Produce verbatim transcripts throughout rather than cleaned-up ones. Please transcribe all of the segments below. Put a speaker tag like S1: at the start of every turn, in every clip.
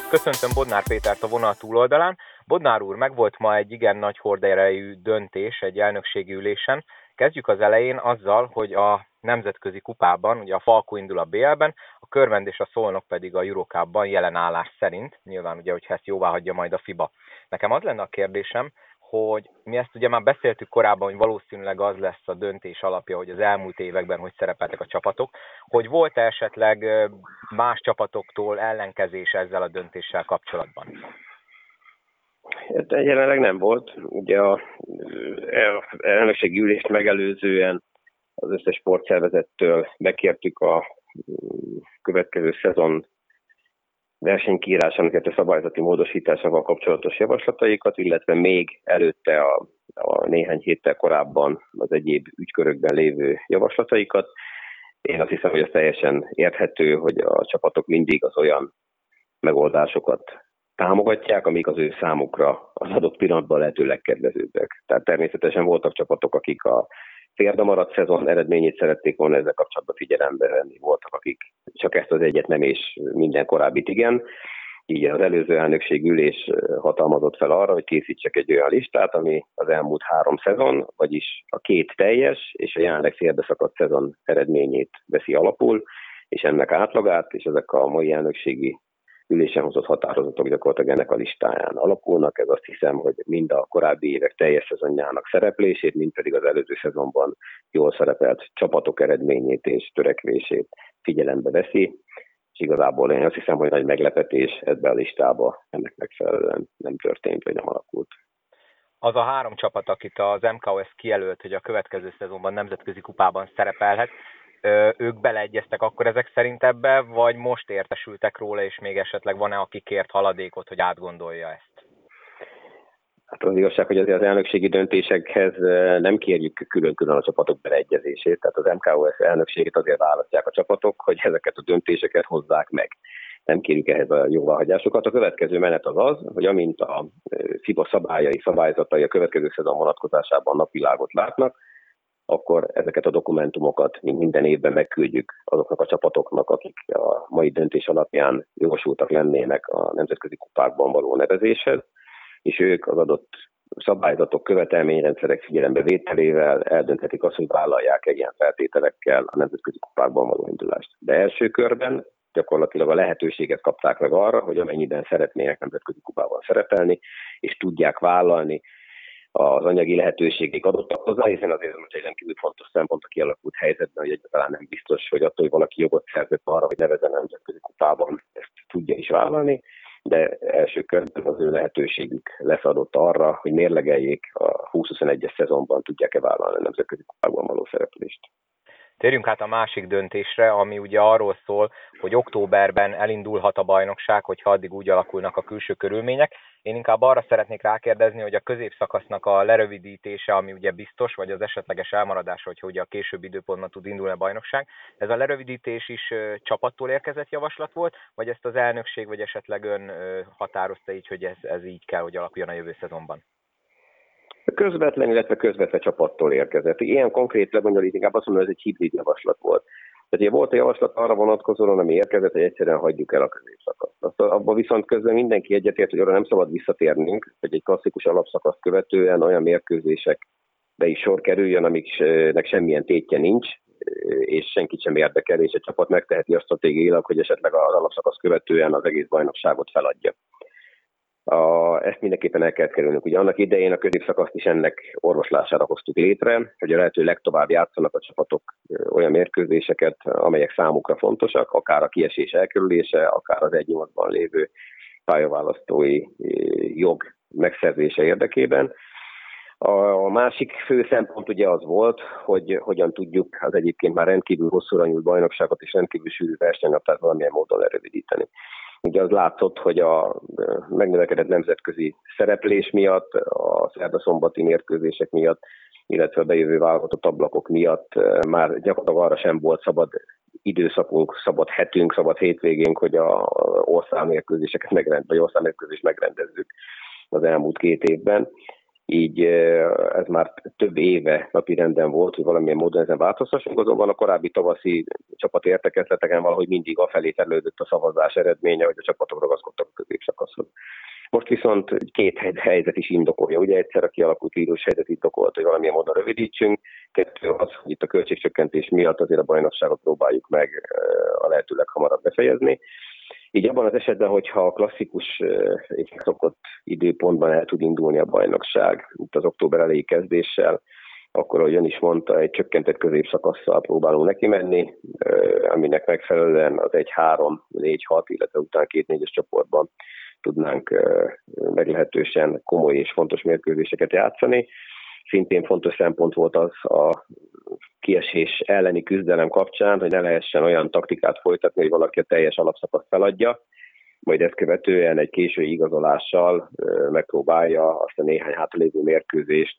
S1: Köszöntöm Bodnár Pétert a vonal túloldalán. Bodnár úr, megvolt ma egy igen nagy horderejű döntés egy elnökségi ülésen. Kezdjük az elején azzal, hogy a nemzetközi kupában, ugye a Falko indul a bé el-ben, a Körmend és a Szolnok pedig a Eurocupban jelen állás szerint, nyilván ugye, hogyha ezt jóvá hagyja majd a FIBA. Nekem az lenne a kérdésem, hogy mi ezt ugye már beszéltük korábban, hogy valószínűleg az lesz a döntés alapja, hogy az elmúlt években hogy szerepeltek a csapatok, hogy volt-e esetleg más csapatoktól ellenkezés ezzel a döntéssel kapcsolatban?
S2: Hát jelenleg nem volt. Ugye a elnökségi ülést megelőzően az összes sportszervezettől megkértük a következő szezon versenykiírásának, a szabályzati módosításával kapcsolatos javaslataikat, illetve még előtte a, a néhány héttel korábban az egyéb ügykörökben lévő javaslataikat. Én azt hiszem, hogy ez teljesen érthető, hogy a csapatok mindig az olyan megoldásokat támogatják, amik az ő számukra az adott pillanatban lehető legkedvezőbbek. Tehát természetesen voltak csapatok, akik a félbe maradt szezon eredményét szerették volna ezzel kapcsolatban figyelembe venni. Voltak, akik csak ezt az egyet nem, és minden korábbit igen. Így az előző elnökség ülés hatalmazott fel arra, hogy készítsek egy olyan listát, ami az elmúlt három szezon, vagyis a két teljes és a jelenleg félbeszakadt szezon eredményét veszi alapul, és ennek átlagát, és ezek a mai elnökségi ülésen hozott határozatok gyakorlatilag ennek a listáján alapulnak. Ez azt hiszem, hogy mind a korábbi évek teljes szezonjának szereplését, mind pedig az előző szezonban jól szerepelt csapatok eredményét és törekvését figyelembe veszi, és igazából én azt hiszem, hogy nagy meglepetés ebbe a listába ennek megfelelően nem történt, vagy nem alakult.
S1: Az a három csapat, akit az em ká o es kijelölt, hogy a következő szezonban nemzetközi kupában szerepelhet, ők beleegyeztek akkor ezek szerint ebbe, vagy most értesültek róla, és még esetleg van-e, aki kért haladékot, hogy átgondolja ezt?
S2: Hát az igazság, hogy azért az elnökségi döntésekhez nem kérjük külön-külön a csapatok beleegyezését, tehát az em ká o es elnökségét azért választják a csapatok, hogy ezeket a döntéseket hozzák meg. Nem kérjük ehhez a jóváhagyásokat. A következő menet az az, hogy amint a FIBA szabályai, szabályzatai a következő szezon vonatkozásában napvilágot látnak, akkor ezeket a dokumentumokat mint minden évben megküldjük azoknak a csapatoknak, akik a mai döntés alapján jogosultak lennének a nemzetközi kupákban való nevezéshez, és ők az adott szabályzatok, követelményrendszerek figyelembe vételével eldönthetik azt, hogy vállalják-e ilyen feltételekkel a nemzetközi kupákban való indulást. De első körben gyakorlatilag a lehetőséget kapták meg arra, hogy amennyiben szeretnének nemzetközi kupában szerepelni, és tudják vállalni az anyagi lehetőségek adottak hozzá, hiszen azért most egy rendkívül fontos szempont a kialakult helyzetben, hogy egyáltalán nem biztos, hogy attól, hogy valaki jogot szerzett arra, hogy nevezzen nemzetközi kupában, ezt tudja is vállalni, de első körben az ő lehetőségük lesz adott arra, hogy mérlegeljék a húsz-huszonegyes szezonban tudják-e vállalni a nemzetközi kupában való szereplést.
S1: Térjünk át a másik döntésre, ami ugye arról szól, hogy októberben elindulhat a bajnokság, hogyha addig úgy alakulnak a külső körülmények. Én inkább arra szeretnék rákérdezni, hogy a középszakasznak a lerövidítése, ami ugye biztos, vagy az esetleges elmaradás, hogyha ugye a későbbi időpontban tud indulni a bajnokság. Ez a lerövidítés is csapattól érkezett javaslat volt, vagy ezt az elnökség, vagy esetleg ön határozta így, hogy ez, ez így kell, hogy alakuljon a jövő szezonban?
S2: Közvetlen, illetve közvetve csapattól érkezett. Ilyen konkrét lebonyolít, inkább azt mondom, hogy ez egy hibrid javaslat volt. Tehát ugye volt a javaslat arra vonatkozóan, ami érkezett, hogy egyszerűen hagyjuk el a középszakaszt. Abban viszont közben mindenki egyetért, hogy arra nem szabad visszatérnünk, hogy egy klasszikus alapszakaszt követően olyan mérkőzésekbe is sor kerüljön, amiknek semmilyen tétje nincs, és senkit sem érdekel, és egy csapat megteheti a stratégiailag, hogy esetleg az alapszakasz követően az egész bajnokságot feladja. A, ezt mindenképpen el kell kerülnünk. Ugye annak idején a középszakaszt is ennek orvoslására hoztuk létre, hogy a lehető legtovább játszanak a csapatok olyan mérkőzéseket, amelyek számukra fontosak, akár a kiesés elkerülése, akár az egy nyolcban lévő pályaválasztói jog megszerzése érdekében. A másik fő szempont ugye az volt, hogy hogyan tudjuk az egyébként már rendkívül hosszúra nyúlt bajnokságot és rendkívül sűrű versenynaptárt valamilyen módon lerövidíteni. Ugye az látszott, hogy a megnövekedett nemzetközi szereplés miatt, a szerda-szombati mérkőzések miatt, illetve a bejövő válogatott ablakok miatt már gyakorlatilag arra sem volt szabad időszakunk, szabad hetünk, szabad hétvégénk, hogy a országmérkőzéseket megrend, vagy országmérkőzést megrendezzük az elmúlt két évben. így ez már több éve napirenden volt, hogy valamilyen módon ezen változtassunk, azonban a korábbi tavaszi csapat értekezleteken valahogy mindig afelé terülődött a szavazás eredménye, hogy a csapatok ragaszkodtak a középszakaszhoz. Most viszont két helyzet is indokolja. Ugye egyszer a kialakult vírushelyzet indokolt, hogy valamilyen módon rövidítsünk. Kettő az, hogy itt a költségcsökkentés miatt azért a bajnokságot próbáljuk meg a lehető leghamarabb befejezni. Így abban az esetben, hogyha a klasszikus és szokott időpontban el tud indulni a bajnokság, itt az október elejé kezdéssel, akkor, ahogy ön is mondta, egy csökkentett középszakasszal próbálunk neki menni, aminek megfelelően az egy három négy hat, illetve után két négyes csoportban tudnánk meglehetősen komoly és fontos mérkőzéseket játszani. Szintén fontos szempont volt az a kiesés elleni küzdelem kapcsán, hogy ne lehessen olyan taktikát folytatni, hogy valaki a teljes alapszakaszt feladja, majd ezt követően egy késői igazolással megpróbálja azt a néhány hátralévő mérkőzést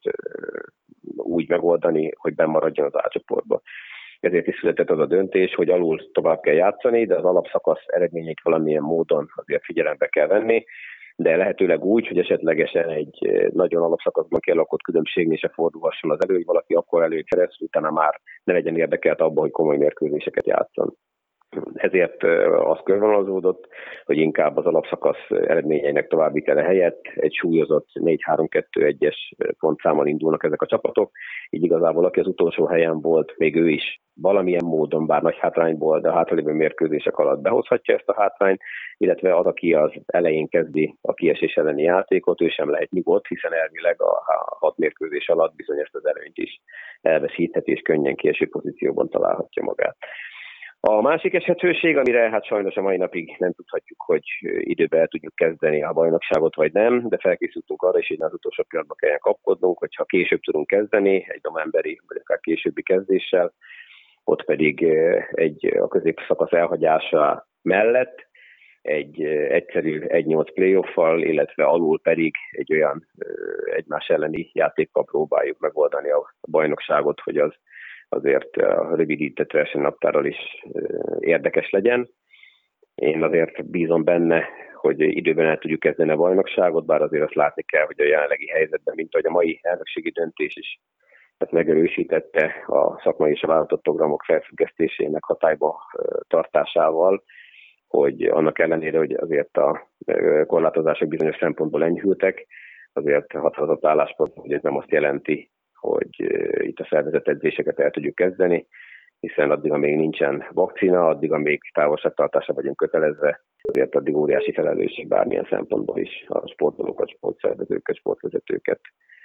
S2: úgy megoldani, hogy benn maradjon az A-csoportba. Ezért is született az a döntés, hogy alul tovább kell játszani, de az alapszakasz eredményét valamilyen módon azért figyelembe kell venni, de lehetőleg úgy, hogy esetlegesen egy nagyon alapszakaszban kialakult különbségnél se fordulhasson az elő, hogy valaki akkor előkeresztül, utána már ne legyen érdekelt abban, hogy komoly mérkőzéseket játszon. Ezért az körvonalazódott, hogy inkább az alapszakasz eredményeinek továbbvitele helyett egy súlyozott négy három kettő egyes pontszámmal indulnak ezek a csapatok. Így igazából aki az utolsó helyen volt, még ő is valamilyen módon, bár nagy hátrányból, de a hátralévő mérkőzések alatt behozhatja ezt a hátrányt, illetve az, aki az elején kezdi a kiesés elleni játékot, ő sem lehet nyugodt, hiszen elvileg a hat mérkőzés alatt bizony ezt az előnyt is elveszítheti, és könnyen kieső pozícióban találhatja magát. A másik esetőség, amire hát sajnos a mai napig nem tudhatjuk, hogy időben el tudjuk kezdeni a bajnokságot, vagy nem, de felkészültünk arra is, hogy az utolsó pillanatban kelljen kapkodnunk, hogyha később tudunk kezdeni, egy novemberi, vagy akár későbbi kezdéssel, ott pedig egy a középszakasz elhagyása mellett egy egyszerű egy nyolc playoffal, illetve alul pedig egy olyan egymás elleni játékkal próbáljuk megoldani a bajnokságot, hogy az azért a rövidített versenynaptárral is érdekes legyen. Én azért bízom benne, hogy időben el tudjuk kezdeni a bajnokságot, bár azért azt látni kell, hogy a jelenlegi helyzetben, mint ahogy a mai elnökségi döntés is ezt megerősítette a szakmai és a vállalatott programok felfüggesztésének hatályba tartásával, hogy annak ellenére, hogy azért a korlátozások bizonyos szempontból enyhültek, azért határozott álláspont, hogy ez nem azt jelenti, hogy itt a szervezett edzéseket el tudjuk kezdeni, hiszen addig, amíg nincsen vakcina, addig, amíg távolságtartásra vagyunk kötelezve, azért addig óriási felelősség bármilyen szempontból is a sportolókat, sportszervezőket, sportvezetőket,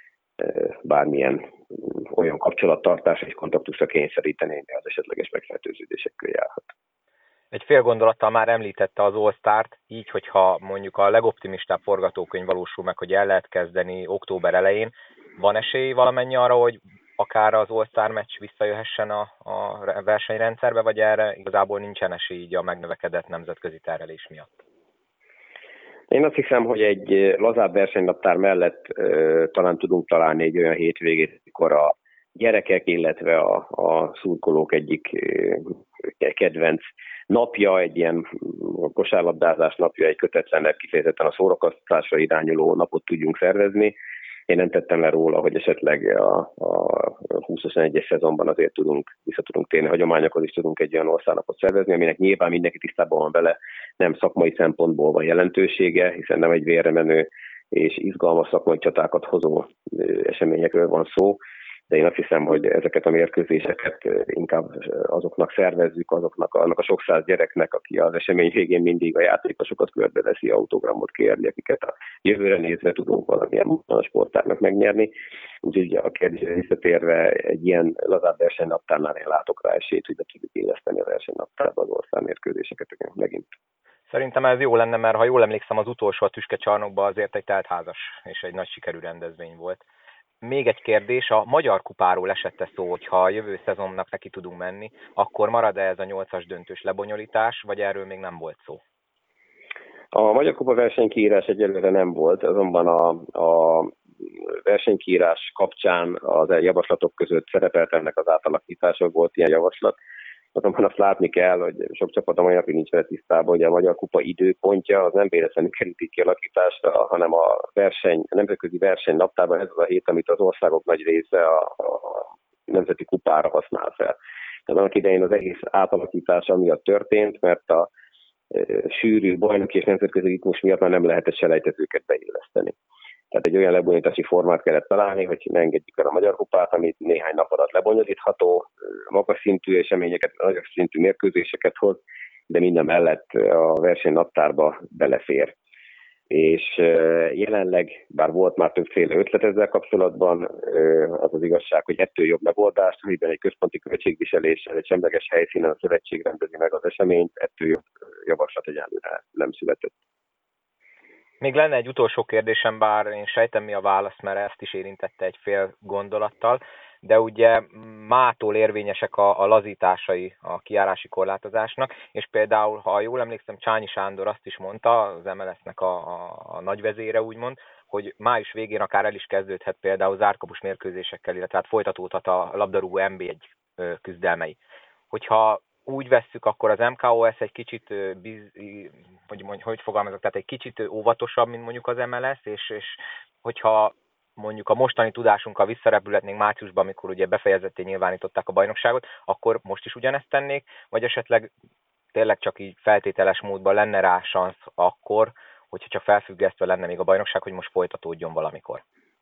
S2: bármilyen olyan kapcsolattartásra és kontaktusra kényszeríteni, az esetleges megfertőződésekkel járhat.
S1: Egy fél gondolattal már említette az All-Start, így, hogyha mondjuk a legoptimistább forgatókönyv valósul meg, hogy el lehet kezdeni október elején, van esély valamennyi arra, hogy akár az All-Star meccs visszajöhessen a, a versenyrendszerbe, vagy erre igazából nincsen esély így a megnövekedett nemzetközi terhelés miatt?
S2: Én azt hiszem, hogy egy lazább versenynaptár mellett uh, talán tudunk találni egy olyan hétvégét, amikor a gyerekek, illetve a, a szurkolók egyik uh, kedvenc napja, egy ilyen kosárlabdázás napja, egy kötetlenebb, kifejezetten a szórakoztatásra irányuló napot tudjunk szervezni. Én nem tettem le róla, hogy esetleg a, a húsz-huszonegyes szezonban azért tudunk, vissza tudunk térni, hagyományokhoz is tudunk egy olyan országnapot szervezni, aminek nyilván mindenki tisztában van vele, nem szakmai szempontból van jelentősége, hiszen nem egy vérre menő és izgalmas szakmai csatákat hozó eseményekről van szó, de én azt hiszem, hogy ezeket a mérkőzéseket inkább azoknak szervezzük, azoknak annak a sok száz gyereknek, aki az esemény végén mindig a játékosokat körbeveszi, autogramot kérni, akiket a jövőre nézve tudunk valamilyen a sportárnak megnyerni. Úgyhogy a kérdésre visszatérve egy ilyen lazább versenynaptárnál én látok rá esélyt, hogy be tudjuk éleszteni a versenynaptárba az országmérkőzéseket megint.
S1: Szerintem ez jó lenne, mert ha jól emlékszem, az utolsó a Tüskecsarnokban azért egy teltházas és egy nagy sikerű rendezvény volt. Még egy kérdés, a Magyar Kupáról esett szó, hogyha a jövő szezonnak neki tudunk menni, akkor marad-e ez a nyolcas döntős lebonyolítás, vagy erről még nem volt szó?
S2: A Magyar Kupa versenykiírás egyelőre nem volt, azonban a, a versenykiírás kapcsán az javaslatok között szerepelt ennek az átalakítása, volt ilyen javaslat, Azonban azt látni kell, hogy sok csapat a mai napig nincs vele tisztában, hogy a Magyar Kupa időpontja az nem véletlenül került itt kialakításra, hanem a verseny, a nemzetközi verseny naptárban ez az a hét, amit az országok nagy része a, a nemzeti kupára használ fel. Tehát annak idején az egész átalakítás amiatt történt, mert a e, sűrű bajnoki és nemzetközi ritmus miatt már nem lehetett selejtezőket beilleszteni. Tehát egy olyan lebonyolítási formát kellett találni, hogy ne engedjük el a Magyar Kupát, amit néhány nap alatt lebonyolítható, magas szintű eseményeket, nagyobb szintű mérkőzéseket hoz, de minden mellett a verseny naptárba belefér. És jelenleg, bár volt már többféle ötlet ezzel kapcsolatban, az az igazság, hogy ettől jobb megoldást, amiben egy központi költségviseléssel, egy semleges helyszínen a szövetség rendezi meg az eseményt, ettől jobb javaslat egyáltalán nem született.
S1: Még lenne egy utolsó kérdésem, bár én sejtem mi a válasz, mert ezt is érintette egy fél gondolattal, de ugye mától érvényesek a, a lazításai a kijárási korlátozásnak, és például, ha jól emlékszem, Csányi Sándor azt is mondta, az em el es-nek a, a, a nagyvezére úgymond, hogy május végén akár el is kezdődhet például zárkapus mérkőzésekkel, illetve hát folytatódhat a labdarúgó en bé egy küzdelmei. Hogyha úgy vesszük, akkor az em ká o es egy kicsit, biz, hogy, mondj, hogy fogalmazok, tehát egy kicsit óvatosabb, mint mondjuk az em el es, és, és hogyha mondjuk a mostani tudásunkkal visszarepülhetnénk márciusban, amikor ugye befejezetté nyilvánították a bajnokságot, akkor most is ugyanezt tennék, vagy esetleg tényleg csak így feltételes módban lenne rá szansz akkor, hogyha csak felfüggesztve lenne még a bajnokság, hogy most folytatódjon valamikor.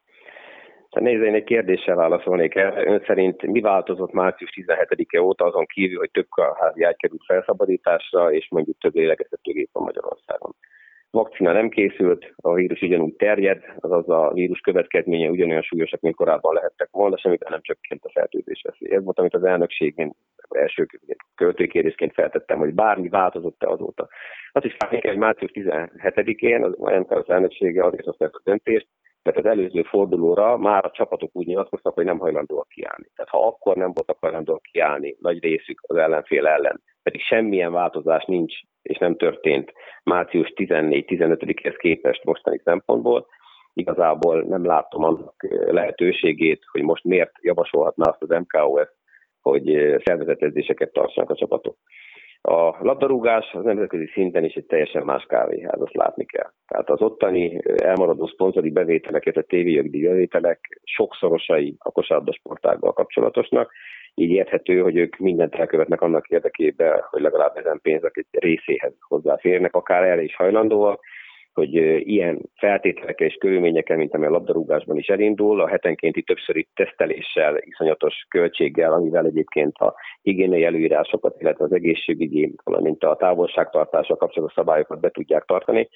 S2: Nézd, én egy kérdéssel válaszolnék el. Ön szerint mi változott március tizenhetedike óta azon kívül, hogy több házi ágy került felszabadításra, és mondjuk több lélegeztetőgép van Magyarországon? Vakcina nem készült, a vírus ugyanúgy terjed, azaz a vírus következménye ugyanolyan súlyosak, mint korábban lehettek volna, semmiben nem csökkent a fertőzés veszély. Ez volt, amit az elnökségén első költőkérdésként feltettem, hogy bármi változott-e azóta. Azt is látni kell, hogy március tizenhetedikén az em ká o es elnöksége azért hozta ezt a döntést, mert az előző fordulóra már a csapatok úgy nyilatkoztak, hogy nem hajlandóak kiállni. Tehát ha akkor nem voltak hajlandóak kiállni, nagy részük az ellenfél ellen, pedig semmilyen változás nincs és nem történt március tizennégy-tizenötödikéhez képest mostani szempontból, igazából nem látom annak lehetőségét, hogy most miért javasolhatná azt az em ká o es, hogy szervezetedzéseket tartsanak a csapatok. A labdarúgás az nemzetközi szinten is egy teljesen más kávéház, azt látni kell. Tehát az ottani elmaradó szponzori bevételek, illetve tévéjogdíj bevételek sokszorosai a kosárlabdasportággal kapcsolatosnak, így érthető, hogy ők mindent elkövetnek annak érdekében, hogy legalább ezen pénzek egy részéhez hozzáférnek, akár erre is hajlandóak, hogy ilyen feltételekkel és körülményekkel, mint ami a labdarúgásban is elindul, a hetenkénti többszöri teszteléssel, iszonyatos költséggel, amivel egyébként a higiéniai előírásokat, illetve az egészségügyi, valamint a távolságtartással kapcsolatos szabályokat be tudják tartani,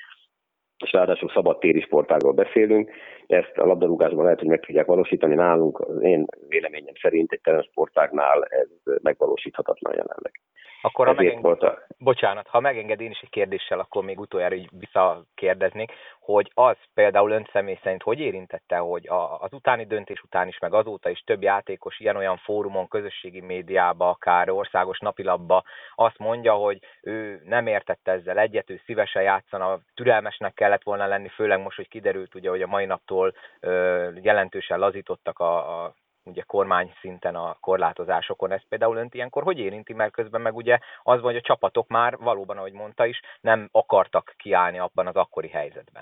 S2: és ráadásul szabadtéri sportágról beszélünk. Ezt a labdarúgásban lehet, hogy meg tudják valósítani nálunk, az én véleményem szerint egy teremsportágnál ez megvalósíthatatlan jelenleg.
S1: Akkor ha megenged... a... Bocsánat, ha megenged én is egy kérdéssel, akkor még utoljára így visszakérdeznék, hogy az például ön személy szerint hogy érintette, hogy az utáni döntés után is, meg azóta is több játékos ilyen-olyan fórumon, közösségi médiába, akár országos napilapba azt mondja, hogy ő nem értett ezzel egyet, ő szívesen játszana, türelmesnek kellett volna lenni, főleg most, hogy kiderült, ugye, hogy a mai naptól ö, jelentősen lazítottak a, a ugye kormány szinten a korlátozásokon. Ez például önt ilyenkor hogy érinti, mert közben meg ugye az van, hogy a csapatok már valóban, ahogy mondta is, nem akartak kiállni abban az akkori helyzetben.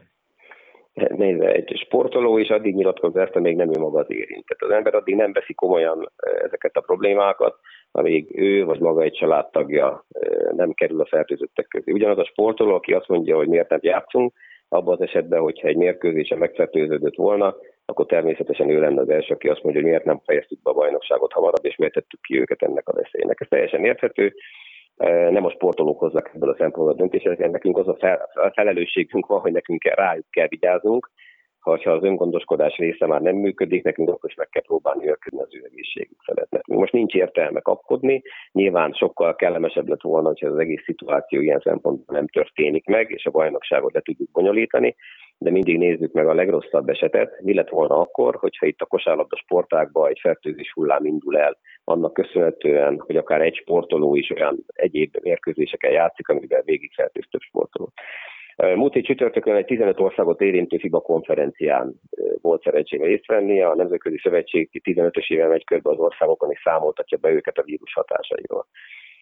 S2: Nézd, egy sportoló is addig nyilatkozza ezt, amíg nem ő maga az érintett. Az ember addig nem veszi komolyan ezeket a problémákat, amíg ő vagy maga egy családtagja nem kerül a fertőzöttek közé. Ugyanaz a sportoló, aki azt mondja, hogy miért nem játszunk, abban az esetben, hogyha egy mérkőzésen megfertőződött volna, akkor természetesen ő lenne az első, aki azt mondja, hogy miért nem fejeztük be a bajnokságot hamarabb, és miért tettük ki őket ennek a veszélynek. Ez teljesen érthető. Nem a sportolók hozzák ebből a szempontból a döntéseket, nekünk az a, fel, a felelősségünk van, hogy nekünk kell, rájuk kell vigyáznunk, ha az öngondoskodás része már nem működik, nekünk akkor is meg kell próbálni őrködni az ő egészségük felett. Most nincs értelme kapkodni, nyilván sokkal kellemesebb lett volna, hogyha az egész szituáció ilyen szempontból nem történik meg, és a bajnokságot le tudjuk bonyolítani, de mindig nézzük meg a legrosszabb esetet, mi lett volna akkor, hogyha itt a kosárlabda sportágban egy fertőzés hullám indul el, annak köszönhetően, hogy akár egy sportoló is olyan egyéb mérkőzéseken játszik, amiben végig fertőz több sportoló. Múlt hét csütörtökön egy tizenöt országot érintő FIBA konferencián volt szerencsém részt venni. A Nemzetközi Szövetség tizenötösével megy körbe az országokon és számoltatja be őket a vírus hatásairól.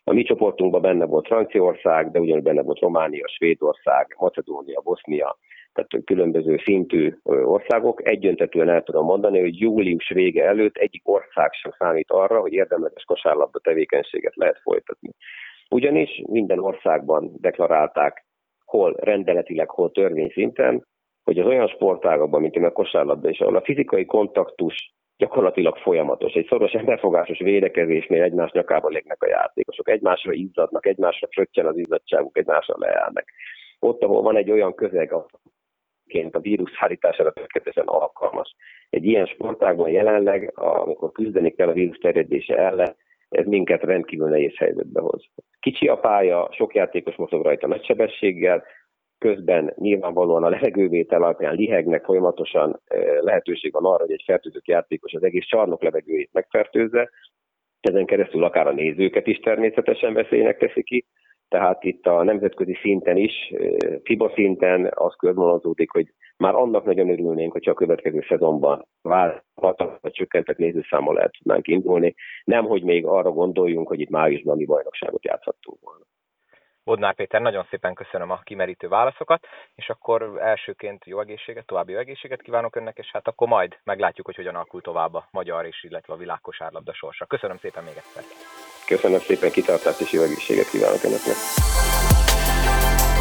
S2: A mi csoportunkban benne volt Franciaország, de ugyanúgy benne volt Románia, Svédország, Macedónia, Bosznia, tehát különböző szintű országok. Egyöntetűen el tudom mondani, hogy július vége előtt egyik ország sem számít arra, hogy érdemleges kosárlabda tevékenységet lehet folytatni. Ugyanis minden országban deklarálták, hol rendeletileg, hol törvényszinten, hogy az olyan sportágakban, mint a kosárlabda is, ahol a fizikai kontaktus gyakorlatilag folyamatos. Egy szoros emberfogásos védekezésnél egymás nyakába légnek a játékosok, egymásra izzadnak, egymásra fröccsen az izzadságuk, egymásra leállnak. Ott, ahol van egy olyan közeg, a vírus szállítására tökéletesen alkalmas. Egy ilyen sportágban jelenleg, amikor küzdeni kell a vírus terjedése ellen, ez minket rendkívül nehéz helyzetbe hoz. Kicsi a pálya, sok játékos mozog rajta nagy sebességgel, közben nyilvánvalóan a levegővétel alapján lihegnek folyamatosan, lehetőség van arra, hogy egy fertőzött játékos az egész csarnok levegőjét megfertőzze, ezen keresztül akár a nézőket is természetesen veszélynek teszi ki, tehát itt a nemzetközi szinten is, FIBA szinten az körvonalazódik, hogy már annak nagyon örülnénk, hogyha a következő szezonban változatlan vagy csökkentett nézőszámmal el tudnánk indulni, nemhogy még arra gondoljunk, hogy itt májusban mi bajnokságot játszhattunk volna.
S1: Bodnár Péter, nagyon szépen köszönöm a kimerítő válaszokat, és akkor elsőként jó egészséget, további jó egészséget kívánok önnek, és hát akkor majd meglátjuk, hogy hogyan alakul tovább a magyar és illetve a világkosárlabda sorsa. Köszönöm szépen még egyszer.
S2: Köszönöm szépen, kitartást és jó egészséget kívánok önöknek.